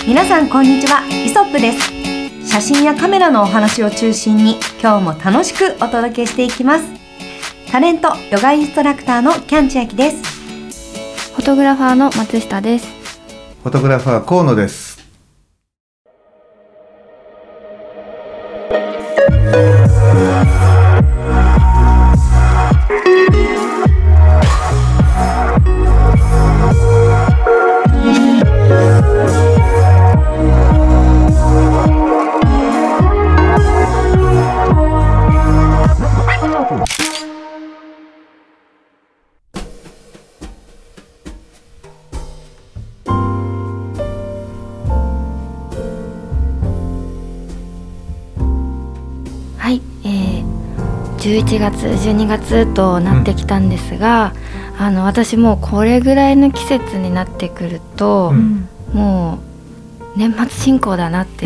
皆さんこんにちは、イソップです。写真やカメラのお話を中心に今日も楽しくお届けしていきます。タレント、ヨガインストラクターのキャンチアキです。 フォトグラファーの松下です。 フォトグラファー河野です。 はい、11月12月となってきたんですが、私もうこれぐらいの季節になってくると、もう年末進行だなっていう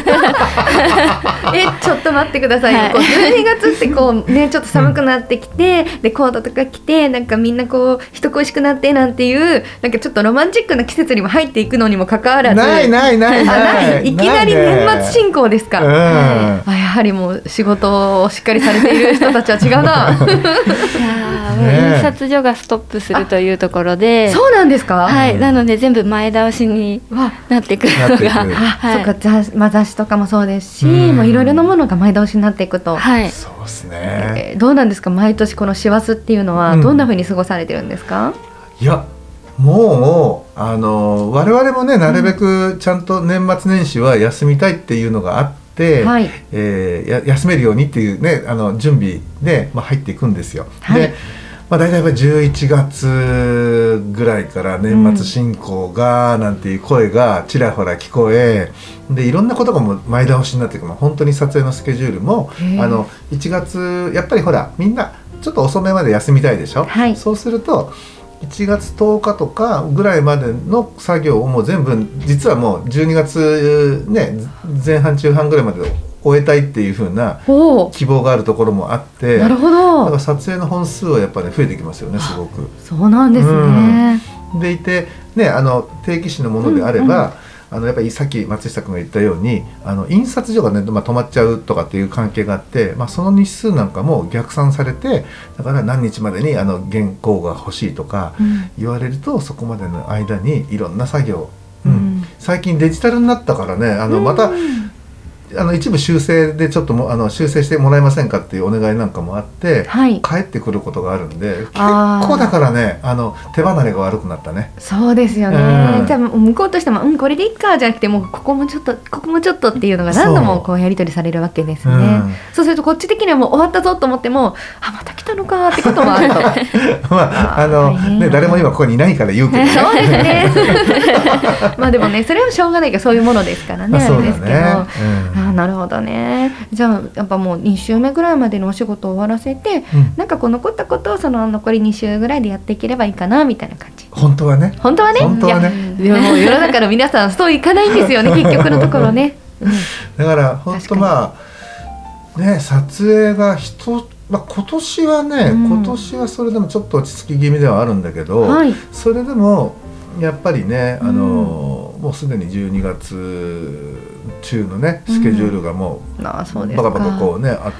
ちょっと待ってくださいよ、はい、こう12月ってこうねちょっと寒くなってきて、でコートとか着てなんかみんなこう人恋しくなってなんていうなんかちょっとロマンチックな季節にも入っていくのにもかかわらずないいきなり年末進行ですか。やはりもう仕事をしっかりされている人たちは違うないや印刷所がストップするというところで。 そうなんですか。 はい、なので全部前倒しになってくるのが、 はい、そうか、雑誌とかもそうですし、もういろいろなものが前倒しになっていくと、 はい、 そうですね、 どうなんですか、毎年この師走っていうのはどんな風に過ごされてるんですか。 いやもう我々もねなるべくちゃんと年末年始は休みたいっていうのがあって、はい、休めるようにっていうね準備で、入っていくんですよ。はい、で大体11月ぐらいから年末進行がなんていう声がちらほら聞こえ、でいろんなことがもう前倒しになっていくの。本当に撮影のスケジュールも1月やっぱりほらみんなちょっと遅めまで休みたいでしょ。はい、そうすると1月10日とかぐらいまでの作業をもう全部実はもう12月ね前半中半ぐらいまで終えたいっていう風な希望があるところもあって、 なるほど。 だから撮影の本数はやっぱり、増えてきますよね、すごく。 そうなんですね。 でいてね定期誌のものであれば、やっぱりさっき松下君が言ったように印刷所がね、止まっちゃうとかっていう関係があって、その日数なんかも逆算されて、だから何日までに原稿が欲しいとか言われると、そこまでの間にいろんな作業、最近デジタルになったからねまた一部修正でちょっと修正してもらえませんかっていうお願いなんかもあって、はい、帰ってくることがあるんで、結構だからね手離れが悪くなったね。 そうですよね。じゃあ向こうとしてもこれでいいかじゃなくて、もうここもちょっとここもちょっとっていうのが何度もこうやり取りされるわけですね。そうするとこっち的にはもう終わったぞと思ってもまた来たのかってこともあると誰も今ここにいないから言うけどね。 そうですねでもねそれはしょうがないから、そういうものですからね。 そうだね。 あれですけど、なるほどね。じゃあやっぱもう2週目ぐらいまでのお仕事を終わらせて、なんかこう残ったことをその残り2週ぐらいでやっていければいいかなみたいな感じ。 本当はね。 いやでも世の中の皆さんそういかないんですよね結局のところね。 だから本当撮影が今年はね、今年はそれでもちょっと落ち着き気味ではあるんだけど、それでもやっぱりねもうすでに12月中のねスケジュールがもうバカバカこうねあって、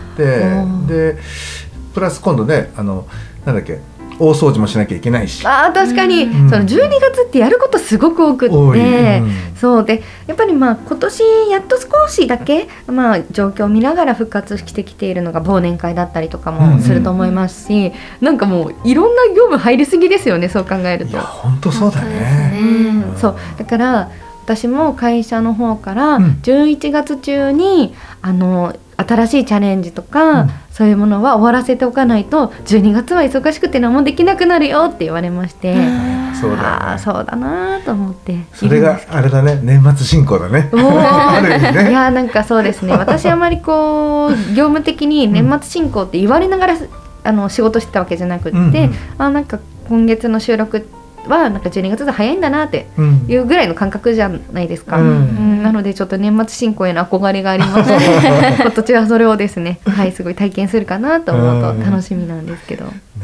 でプラス今度ねなんだっけ大掃除もしなきゃいけないし。 確かに、その12月ってやることすごく多くって、そうでやっぱり今年やっと少しだけ状況を見ながら復活してきているのが忘年会だったりとかもすると思いますし、なんかもういろんな業務入りすぎですよね、そう考えると。 いや本当そうだね。 そうだから私も会社の方から11月中に新しいチャレンジとか、そういうものは終わらせておかないと12月は忙しくて何もできなくなるよって言われまして、そうだなと思って。 それがあれだね、年末進行だね。ある意味ね。 いやなんかそうですね、私あまりこう業務的に年末進行って言われながら仕事してたわけじゃなくって、なんか今月の収録はなんか12月で早いんだなっていうぐらいの感覚じゃないですか。なのでちょっと年末進行への憧れがありまして今年はそれをですね、すごい体験するかなと思うと楽しみなんですけど、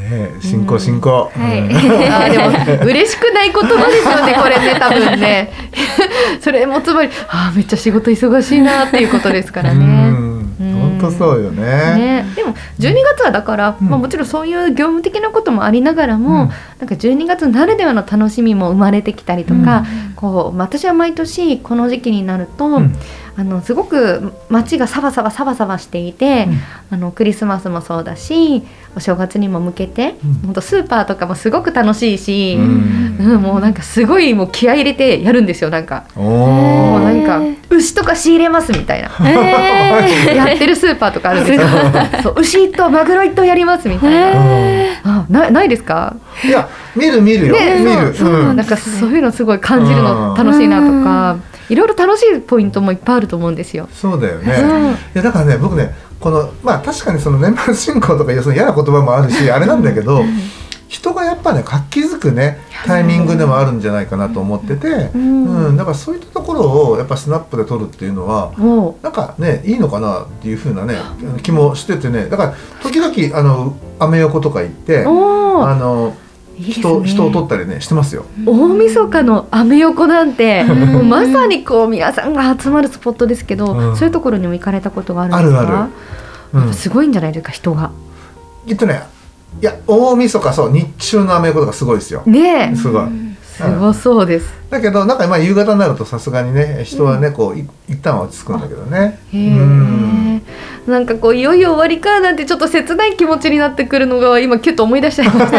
進行進行、 でも嬉しくない言葉ですよねこれね多分ねそれもつまりめっちゃ仕事忙しいなっていうことですからね。 本当そうよね。 でも12月はだから、もちろんそういう業務的なこともありながらも、なんか12月ならではの楽しみも生まれてきたりとか、こう私は毎年この時期になると、すごく街がサバサバしていて、クリスマスもそうだしお正月にも向けて、本当スーパーとかもすごく楽しいし、もうなんかすごいもう気合い入れてやるんですよ。なんかもうなんか牛とか仕入れますみたいな、やってるスーパーとかあるんですよそう牛一頭マグロ一頭やりますみたいな、ないですか？ いや見るよ、見る、 なんかそういうのすごい感じるの楽しいなとか、いろいろ楽しいポイントもいっぱいあると思うんですよ。 そうだよね。いやだからね僕ねこの確かにその年末進行とかいうその嫌な言葉もあるしあれなんだけど、人がやっぱね活気づくねタイミングでもあるんじゃないかなと思ってて、だからそういったところをやっぱスナップで撮るっていうのはなんかねいいのかなっていう風なね気もしててね、だから時々アメ横とか行って人を撮ったりねしてますよ。 大晦日のアメ横なんてもうまさにこう皆さんが集まるスポットですけど、そういうところにも行かれたことがあるんですか？ある、すごいんじゃないですか人が。 いや大晦日そう日中のアメ横とかすごいですよ。 ねえすごい。 すごそうです。 だけどなんか夕方になるとさすがにね人はねこう一旦は落ち着くんだけどね。 なんかこういよいよ終わりかなんてちょっと切ない気持ちになってくるのが今キュッと思い出しちゃいました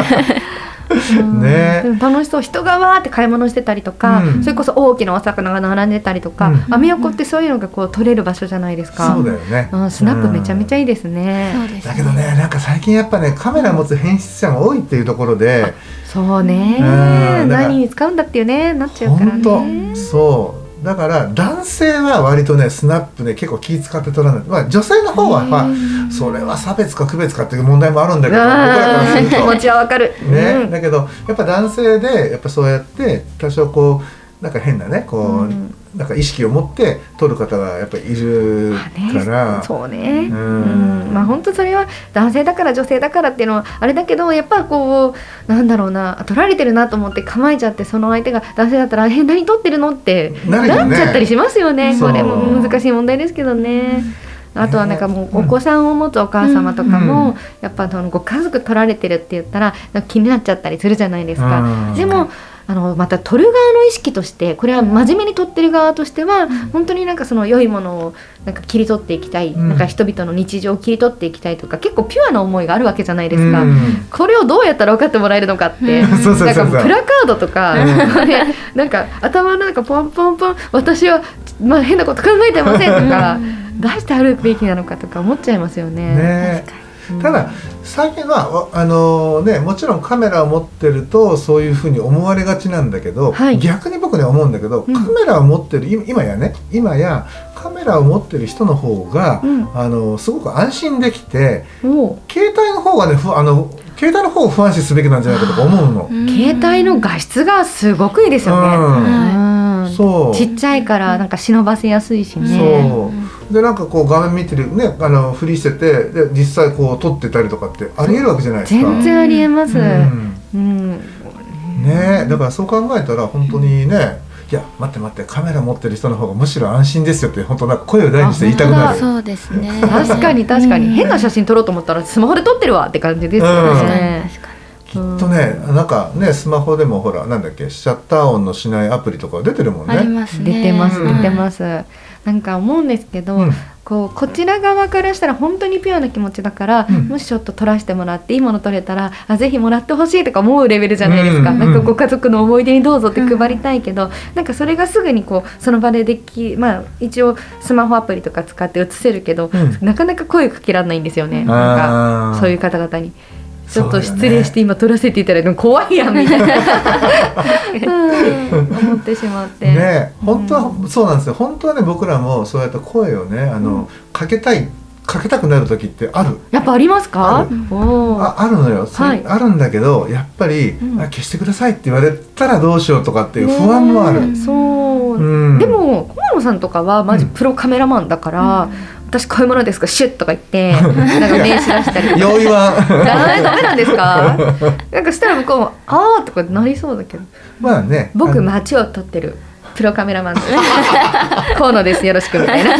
ね、 楽しそう。人がわーって買い物してたりとか、それこそ大きなお魚が並んでたりとか、アメ横ってそういうのがこう撮れる場所じゃないですか。 そうだよね。 スナップめちゃめちゃいいですね。 だけどねなんか最近やっぱねカメラ持つ編集者も多いっていうところで、 そうね、何に使うんだっていうねなっちゃうからね。 本当そうだから男性は割とねスナップね結構気使って撮らない、女性の方はそれは差別か区別かっていう問題もあるんだけど、僕らからすると気持ちはわかる、 だけどやっぱ男性でやっぱそうやって多少こうなんか変なねこう、なんか意識を持って撮る方がやっぱりいるから、 そうね、本当それは男性だから女性だからっていうのはあれだけど、やっぱこうなんだろうな、撮られてるなと思って構えちゃって、その相手が男性だったら何撮ってるのってなっちゃったりしますよね。これも難しい問題ですけどね。あとはなんかもうお子さんを持つお母様とかもやっぱご家族撮られてるって言ったら気になっちゃったりするじゃないですか。でもまた撮る側の意識として、これは真面目に撮ってる側としては本当になんかその良いものをなんか切り取っていきたい、なんか人々の日常を切り取っていきたいとか、結構ピュアな思いがあるわけじゃないですか。これをどうやったら分かってもらえるのかって、なんかプラカードとかなんか頭の中ポンポンポン私は変なこと考えてませんとか出してあるべきなのかとか思っちゃいますよね。 ただ最近はもちろんカメラを持ってるとそういうふうに思われがちなんだけど、逆に僕ね思うんだけど、カメラを持ってる今やカメラを持ってる人の方が、すごく安心できて、携帯の方がね携帯の方を不安視すべきなんじゃないかとか思うの。 携帯の画質がすごくいいですよね。そうちっちゃいからなんか忍ばせやすいしね。 そうでなんかこう画面見てるねふりしてて、で実際こう撮ってたりとかってありえるわけじゃないですか。 全然ありえます。 ね、だからそう考えたら本当にね、いや待ってカメラ持ってる人の方がむしろ安心ですよって本当なんか声を大にして言いたくなる。 そうですね。 確かに変な写真撮ろうと思ったらスマホで撮ってるわって感じですよね。 きっとねなんかねスマホでもほらなんだっけシャッター音のしないアプリとか出てるもんね。 ありますね。 出てます。なんか思うんですけど、こちら側からしたら本当にピュアな気持ちだから、もしちょっと撮らせてもらっていいもの撮れたらぜひもらってほしいとか思うレベルじゃないですか。なんかご家族の思い出にどうぞって配りたいけど、なんかそれがすぐにその場で一応スマホアプリとか使って写せるけど、なかなか声かけられないんですよね。なんかそういう方々にちょっと失礼して今撮らせていただいて怖いやんみたいな思ってしまってね。本当はそうなんですよ。本当はね僕らもそうやって声をねかけたくなる時ってある。 やっぱありますか？ あるのよ。あるんだけどやっぱり消してくださいって言われたらどうしようとかっていう不安もある。 でも小野さんとかはマジプロカメラマンだから、 私こういうものですかシュッとか言ってなんか名刺出したり用意はダメなんですかなんかしたら向こうもあーとかなりそうだけど、 まあね、 僕街を撮ってるプロカメラマンです河野ですよろしくみたいな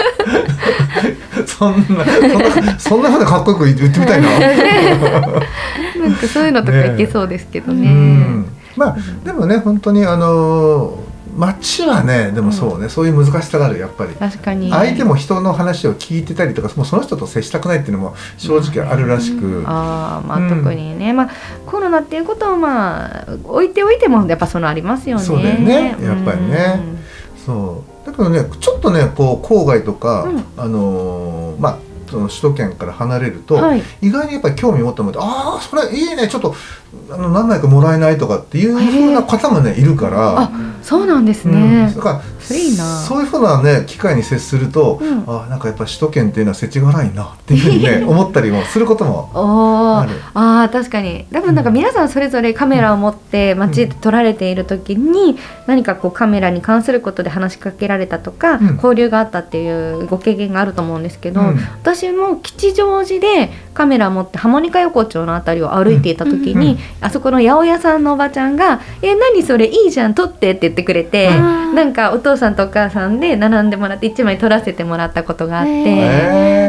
そんなふうなかっこよく言ってみたいななんかそういうのとかいけそうですけどね。 まあでもね本当に街はねでもそうね、そういう難しさがあるやっぱり。 確かに相手も人の話を聞いてたりとかもうその人と接したくないっていうのも正直あるらしく、 特にね、コロナっていうことを置いておいてもやっぱそのありますよね。 そうだよねやっぱりね、そうだけどねちょっとねこう郊外とか、その首都圏から離れると、意外にやっぱり興味持ってもらってああそれいいねちょっと何枚かもらえないとかっていう風な方もねいるから。 そうなんですね。 だからそれいいな。 そういう風なね機会に接すると、なんかやっぱ首都圏っていうのは世知辛いなっていう風にね思ったりもすることもある。 確かに。多分なんか皆さんそれぞれカメラを持って街で撮られている時に、何かこうカメラに関することで話しかけられたとか、交流があったっていうご経験があると思うんですけど、私も吉祥寺でカメラを持ってハモニカ横丁のあたりを歩いていた時に、あそこの八百屋さんのおばちゃんが何それいいじゃん撮ってって言ってくれて、なんかお父さんとお母さんで並んでもらって1枚撮らせてもらったことがあって、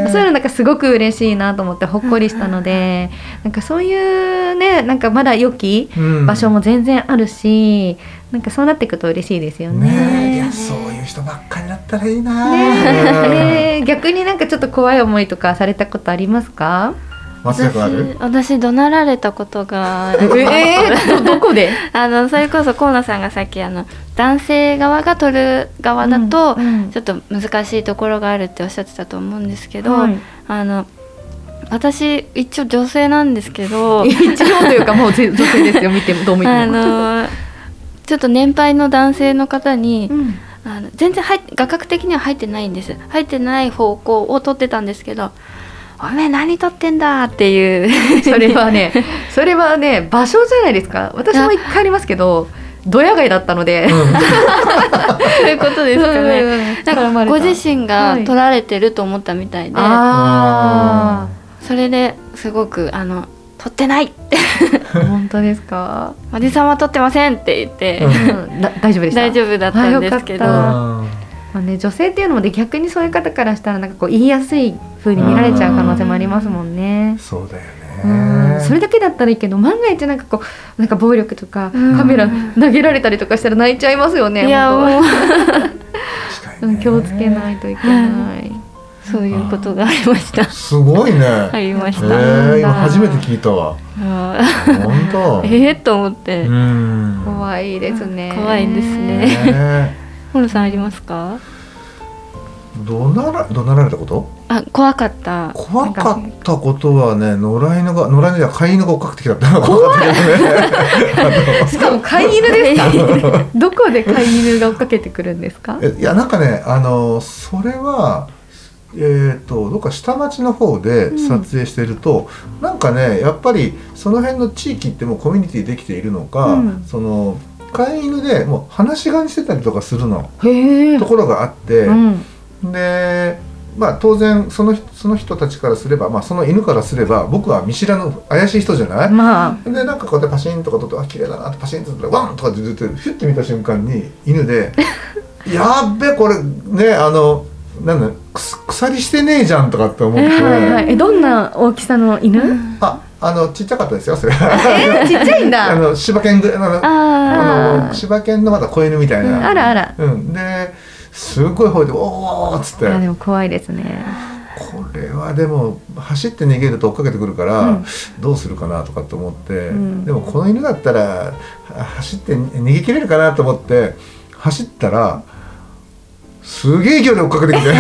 そういうのなんかすごく嬉しいなと思ってほっこりしたので、なんかそういうねなんかまだ良き場所も全然あるし、なんかそうなっていくと嬉しいですよね。 いやそういう人ばっかりだったらいいな、 逆になんかちょっと怖い思いとかされたことありますか？ 私怒鳴られたことがどこでそれこそ河野さんがさっき男性側が撮る側だとちょっと難しいところがあるっておっしゃってたと思うんですけど、私一応女性なんですけど一応というかもう女性ですよ見てもどう見てもちょっと年配の男性の方に、全然画角的には入ってないんです。入ってない方向を撮ってたんですけど、おめえ何撮ってんだっていうそれはね場所じゃないですか。私も一回ありますけどドヤ街だったので、 そういうことですかね。なんかご自身が撮られてると思ったみたいで、それですごく撮ってないって本当ですか？ おじさんは撮ってませんって言って、 大丈夫でした。 大丈夫だったんですけど、 女性っていうのも逆にそういう方からしたらなんかこう言いやすい風に見られちゃう可能性もありますもんね。 そうだよね。 それだけだったらいいけど、万が一なんか暴力とかカメラ投げられたりとかしたら泣いちゃいますよね。 いやもう気をつけないといけない。 そういうことがありました。 すごいね。 ありました。 今初めて聞いたわ。本当。 と思って。 怖いですね。 怖いですね。河野さんありますか？ 怒鳴られたこと？ 怖かったことはね、野良犬が飼い犬が追っかけてきたって怖いしかも飼い犬ですか？どこで飼い犬が追っかけてくるんですか？ いやなんかねそれはどっか下町の方で撮影してると、なんかねやっぱりその辺の地域ってもうコミュニティできているのか、その飼い犬でもう放し飼いにしてたりとかするのところがあって、で当然その人たちからすれば、その犬からすれば僕は見知らぬ怪しい人じゃない、でなんかこうやってパシンとか撮って綺麗だなってパシンと撮ってワンとかって出てフュッて見た瞬間に犬でやっべこれねなんだ鎖してねえじゃんとかって思って、 どんな大きさの犬？ ちっちゃかったですよそれ。 ちっちゃいんだ。 柴犬柴犬のまだ子犬みたいな。 あらあら。 ですごい吠えておーっつって。 でも怖いですね。 これはでも走って逃げると追っかけてくるから、どうするかなとかって思って、でもこの犬だったら走って逃げ切れるかなと思って走ったらすげえ勢いで追っかけてきて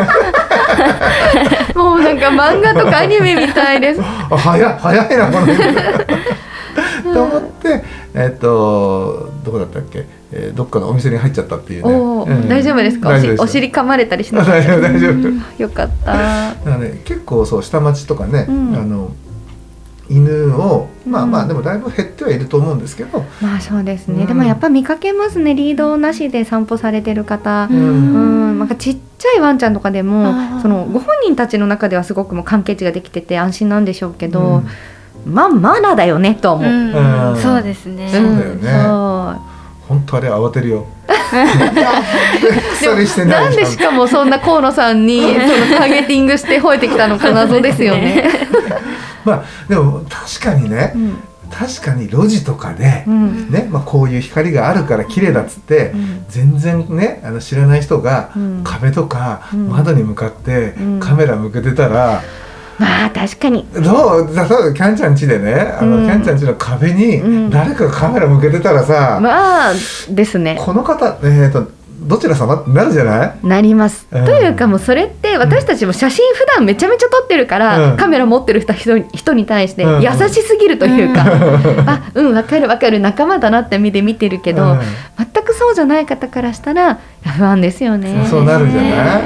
もうなんか漫画とかアニメみたいです。 早いなこの犬と思ってどこだったっけ、どっかのお店に入っちゃったっていうね。 大丈夫ですか？お尻噛まれたりしなかった？大丈夫。よかった。 結構そう下町とかね、犬をでもだいぶ減ってはいると思うんですけど、 そうですね、でもやっぱ見かけますね、リードなしで散歩されてる方、ななんかちっちゃいワンちゃんとかでもそのご本人たちの中ではすごくもう関係値ができてて安心なんでしょうけど、マナだよねと思う。 そうですね。 そうだよね。本当あれ慌てるよ。 でもなんでしかもそんな河野さんにそのターゲティングして吠えてきたのか謎ですよね。 まあでも確かにね、確かに路地とかで、ね、こういう光があるから綺麗だっつって、全然ね知らない人が壁とか窓に向かってカメラ向けてたら、 まあ確かにどうだキャンちゃん家でねキャンちゃん家の壁に誰かがカメラ向けてたらさ、 まあですね、 この方どちら様ってなるじゃない？ なります、というかもうそれって私たちも写真普段めちゃめちゃ撮ってるから、カメラ持ってる人に対して優しすぎるというか、分かる分かる仲間だなって目で見てるけど、全くそうじゃない方からしたら不安ですよね。 そうなるじゃない、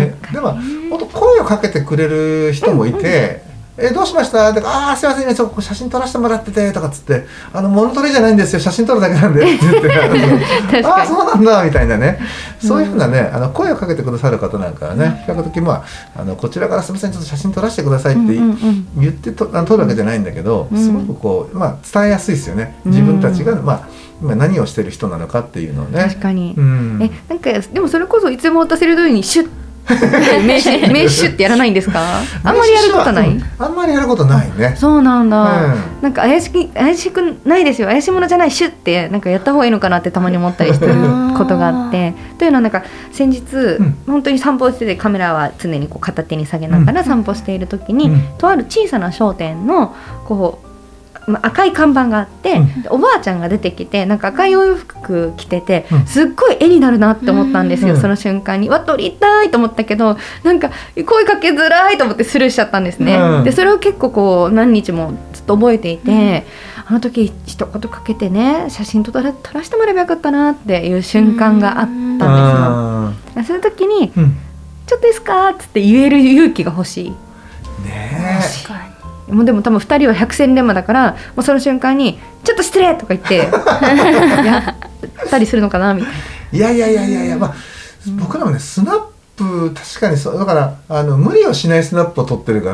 ね、でも本当声をかけてくれる人もいて、どうしましたとか、すいません、ちょっと写真撮らせてもらっててとかっつって、物撮りじゃないんですよ、写真撮るだけなんでって言ってそうなんだみたいなね、そういうふうなね声をかけてくださる方なんかはね、比較的こちらからすみませんちょっと写真撮らせてくださいって言って撮るわけじゃないんだけど、すごくこう伝えやすいですよね、自分たちが今何をしてる人なのかっていうのをね。 確かに、なんかでもそれこそいつも渡せる通りにシュッ名刺ってやらないんですか？あんまりやることない？ あんまりやることないね。 そうなんだ、なんか怪しくないですよ、怪しいものじゃない、シュッてなんかやった方がいいのかなってたまに思ったりしてることがあってというのはなんか先日、本当に散歩しててカメラは常にこう片手に下げながら散歩している時に、とある小さな商店のこう赤い看板があって、おばあちゃんが出てきてなんか赤いお洋服着てて、すっごい絵になるなって思ったんですよ、その瞬間に撮りたいと思ったけどなんか声かけづらいと思ってスルーしちゃったんですね、でそれを結構こう何日もずっと覚えていて、あの時一言かけてね写真撮らせてもらえばよかったなっていう瞬間があったんですよ。そういう時に、ちょっといいですかって言える勇気が欲しいね。 確かに。もうでも多分2人は百戦錬磨だからもうその瞬間にちょっと失礼とか言ってやったりするのかなみたいな。 いや、僕らもねスナップ確かにそうだから無理をしないスナップを撮ってるから。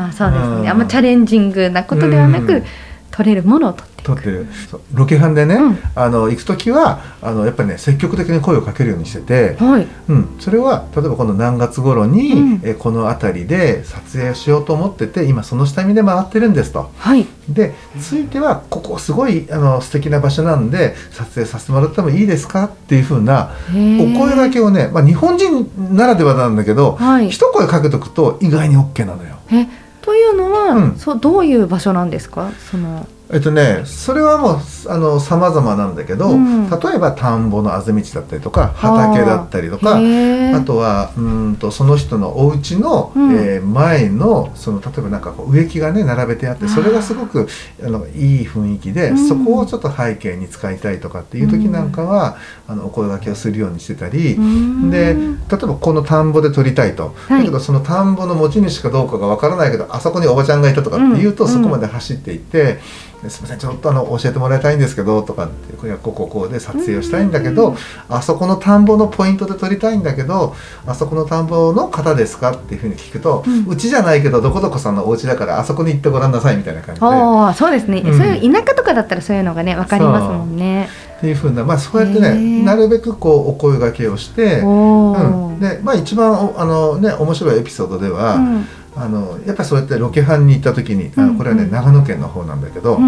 そうですね、あんまチャレンジングなことではなく、撮れるものを撮ってる。 ロケハンでね、行く時はやっぱりね積極的に声をかけるようにしてて、それは例えば今度何月頃に、この辺りで撮影しようと思ってて今その下見で回ってるんですと、でついてはここすごい素敵な場所なんで撮影させてもらってもいいですかっていう風なお声掛けをね、日本人ならではなんだけど、一声かけとくと意外に OK なのよ。 というのは、どういう場所なんですか？ それはもう様々なんだけど、例えば田んぼのあぜ道だったりとか畑だったりとか、あとはその人のお家の、前の例えばなんかこう植木がね並べてあってそれがすごくいい雰囲気で、そこをちょっと背景に使いたいとかっていう時なんかは、お声掛けをするようにしてたり、で例えばこの田んぼで撮りたいと、だけどその田んぼの持ち主かどうかがわからないけどあそこにおばちゃんがいたとかっていうと、そこまで走っていって、すみませんちょっと教えてもらいたいんですけどとかってこうで撮影をしたいんだけど、あそこの田んぼのポイントで撮りたいんだけどあそこの田んぼの方ですかっていうふうに聞くと、うちじゃないけどどこどこさんのお家だからあそこに行ってごらんなさいみたいな感じで。 そうですね、そういう田舎とかだったらそういうのがね分かりますもんね。 っていうふうな、そうやってねなるべくこうお声掛けをして、で一番面白いエピソードでは、やっぱりそうやってロケハンに行った時にこれはね長野県の方なんだけど、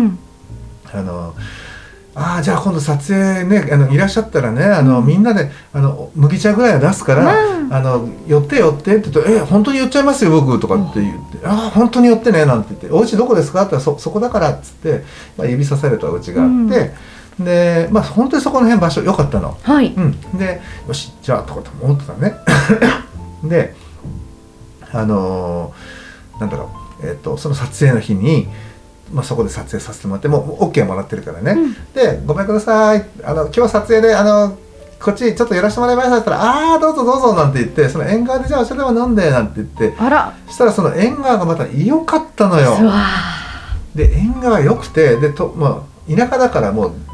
じゃあ今度撮影ねいらっしゃったらねみんなで麦茶ぐらいは出すから、寄ってって言うと本当に寄っちゃいますよ僕とかって言って本当に寄ってねなんて言ってお家どこですかって言ったらそこだからっつって、指さされたお家があって、で本当にそこの辺場所良かったの。でよしじゃあとかと思ってたねでなんだろうその撮影の日にそこで撮影させてもらってもう OK もらってるからね、でごめんください今日撮影でこっちちょっと寄らせてもらいましたって言ったらどうぞどうぞなんて言ってその縁側でじゃあお茶でも飲んでなんて言ってそしたらその縁側がまた良かったのよ。で縁側良くてで田舎だからもう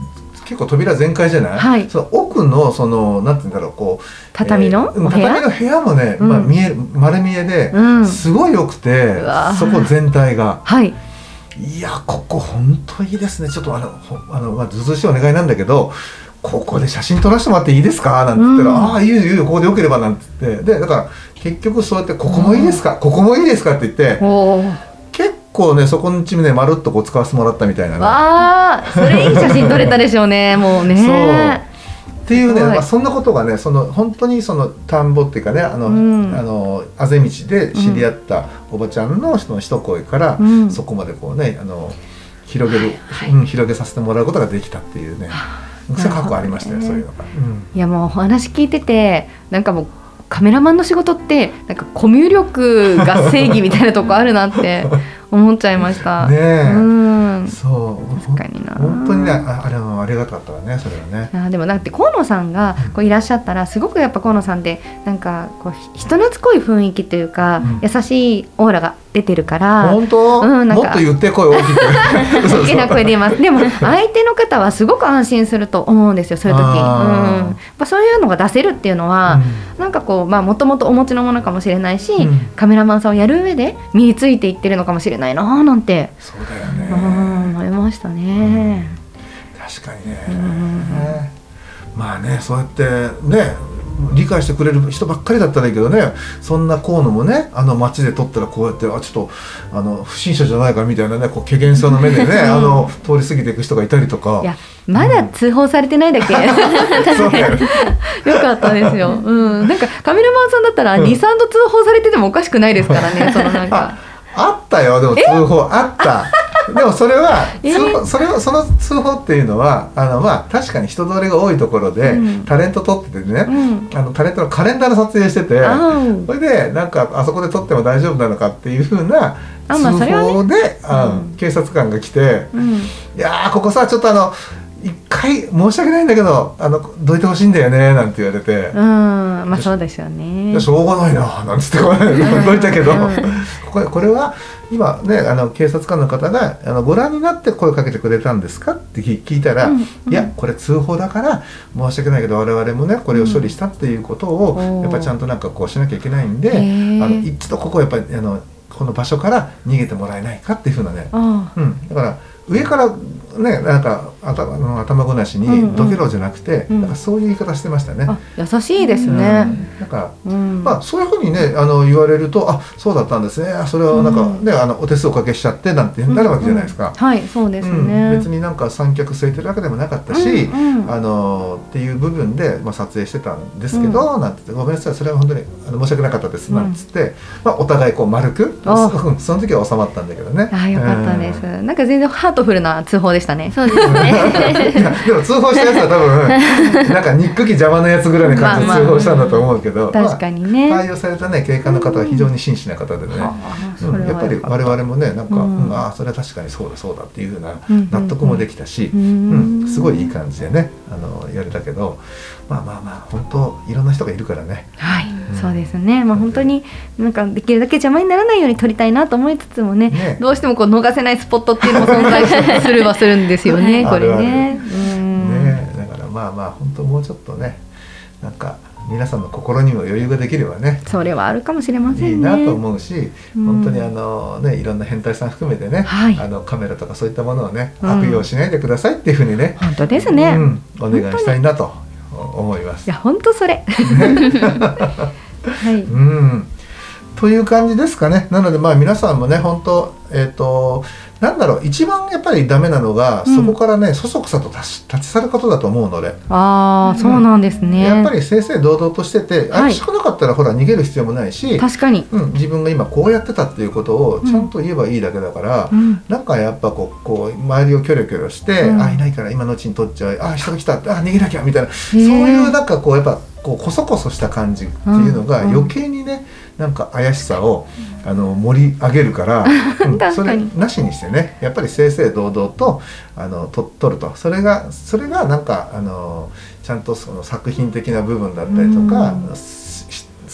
結構扉全開じゃない、はい、その奥のそのなんて言うんだろう、こう畳の部屋もね、まあ、丸見えで、すごい良くて、そこ全体が、はい、いやここ本当いいですね。ちょっとまあ、ずうずうしいお願いなんだけど、ここで写真撮らせてもらっていいですかなんて言ったら、ああいいよいいよ、ここでよければなんて言って、でだから結局そうやってここもいいですか、ここもいいですかって言って、結構ねそこのうちねまるっとこう使わせてもらったみたいなね。 わあ、それいい写真撮れたでしょうね。もうね。 そうっていうね、まあ、そんなことがね、その本当にその田んぼっていうかね、あぜ道で知り合ったおばちゃんのその一声から、そこまでこうね広げさせてもらうことができたっていうね、それ過去ありましたよ、そういうのが。 いやもうお話聞いてて、なんかもうカメラマンの仕事ってなんかコミュ力が正義みたいなとこあるなって思っちゃいましたねえ、そう確かにな、 本当にね、あれはありがたかったわね、それはね。 でもだって河野さんがこういらっしゃったら、すごくやっぱ河野さんってなんかこう人懐っこい雰囲気というか、優しいオーラが出てるから。 本当、なんかもっと言って声大きく大きな声で言います。でも相手の方はすごく安心すると思うんですよ、そういう時。そういうのが出せるっていうのは、なんかこうもともとお持ちのものかもしれないし、カメラマンさんをやる上で身についていってるのかもしれないななんて、 そうだよね、 思いましたね。 確かにね。まあね、そうやってね理解してくれる人ばっかりだったらいいけどね、そんな河野もね街で撮ったらこうやってちょっと不審者じゃないかみたいなね、こう怪訝そうな目でね通り過ぎていく人がいたりとか。 いやまだ通報されてないだけ、 そうね、 よかったですよ。なんかカメラマンさんだったら 2,3 度通報されててもおかしくないですからね。そのなんかあったよ、でも通報あったでもそれはその通報っていうのはまあ確かに人通りが多いところで、タレント撮っててね、タレントのカレンダーの撮影してて、それでなんかあそこで撮っても大丈夫なのかっていう風な通報で、警察官が来て、いやここさちょっと一回申し訳ないんだけどどいてほしいんだよねなんて言われて、 まあそうですよね。 しょうがないななんつってどいたけど、これは今ね警察官の方がご覧になって声をかけてくれたんですかって聞いたら、いやこれ通報だから申し訳ないけど我々もねこれを処理したっていうことをやっぱちゃんとなんかこうしなきゃいけないんで、一度ここやっぱりこの場所から逃げてもらえないかっていうふうなね、だから上からねなんか頭ごなしにどけろじゃなくて、なんかそういう言い方してましたね。 優しいですね。 なんか、まあそういうふうにね言われると、あそうだったんですね、それはなんかねお手数おかけしちゃってなんてなるわけじゃないですか。 はい、そうですね。 別になんか三脚据えてるわけでもなかったし、っていう部分で撮影してたんですけど、なんてごめんなさいそれは本当に申し訳なかったですなんつって、お互いこう丸くその時は収まったんだけどね。 よかったです。なんか全然ハートフルな通報でしたね。 そうですね。 でも通報したやつは多分なんか憎き邪魔なやつぐらいの感じで通報したんだと思うけど、 確かにね、 対応されたね警官の方は非常に真摯な方でね、やっぱり我々もねなんか、それは確かにそうだっていうふうな納得もできたし、すごいいい感じでねやれたけど、まあ本当いろんな人がいるからね。 はい、そうですね。本当になんかできるだけ邪魔にならないように撮りたいなと思いつつもね、どうしてもこう逃せないスポットっていうのも存在するはするんですよね。これね。 だからまあ本当もうちょっとねなんか皆さんの心にも余裕ができればね、 それはあるかもしれませんね。 いいなと思うし、本当にいろんな変態さん含めてね、カメラとかそういったものをね悪用しないでくださいっていうふうにね、 本当ですね、 お願いしたいなと思います。 いや本当それ。はい。 という感じですかね。なので皆さんもね本当なんだろう、一番やっぱりダメなのが、そこからねそそくさと立ち去ることだと思うので。 そうなんですね。 やっぱり正々堂々としてて、怪しくなかったらほら逃げる必要もないし、 確かに、 自分が今こうやってたっていうことをちゃんと言えばいいだけだから、なんかやっぱこう周りをキョロキョロして、いないから今のうちに取っちゃう、人が来た、逃げなきゃみたいな、そういうなんかこうやっぱこそこそした感じっていうのが余計にね、なんか怪しさを盛り上げるから、それなしにしてね、やっぱり正々堂々と撮ると、それがなんかちゃんとその作品的な部分だったりとかす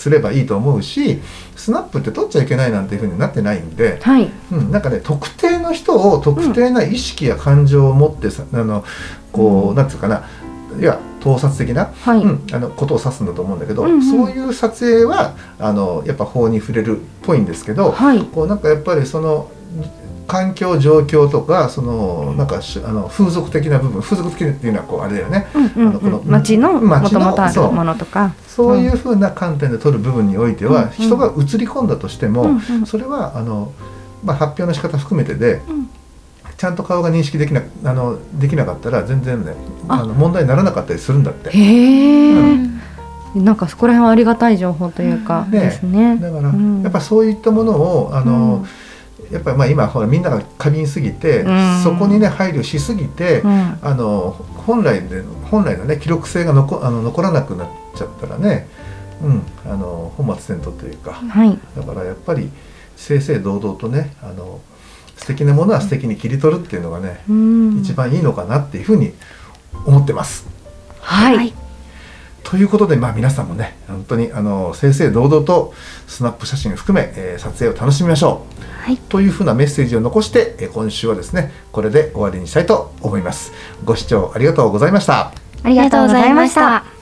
すればいいと思うし、スナップって撮っちゃいけないなんていう風になってないんで、 はい、 なんかね特定の人を特定な意識や感情を持ってさ、こうなんていうかな、いや盗撮的な、 はい、 ことを指すんだと思うんだけど、そういう撮影はやっぱ法に触れるっぽいんですけど、 はい、 こうなんかやっぱりその環境状況とかなんか風俗的な部分、風俗的っていうのはこうあれだよね、この街のもともとあるものとか、 そういうふうな観点で撮る部分においては、人が映り込んだとしても、それは発表の仕方含めてで、ちゃんと顔が認識できなかったら全然ね問題にならなかったりするんだって。 なんかそこら辺はありがたい情報というかですね。 だからやっぱそういったものをやっぱり今ほらみんなが過敏すぎて、そこにね配慮しすぎて、本来のね記録性が残らなくなっちゃったらね、本末転倒というか、だからやっぱり正々堂々とね素敵なものは素敵に切り取るっていうのがね、一番いいのかなっていうふうに思ってます。 はい。 ということで、皆さんもね本当に正々堂々とスナップ写真含め、撮影を楽しみましょう、というふうなメッセージを残して、今週はですねこれで終わりにしたいと思います。ご視聴ありがとうございました。 ありがとうございました。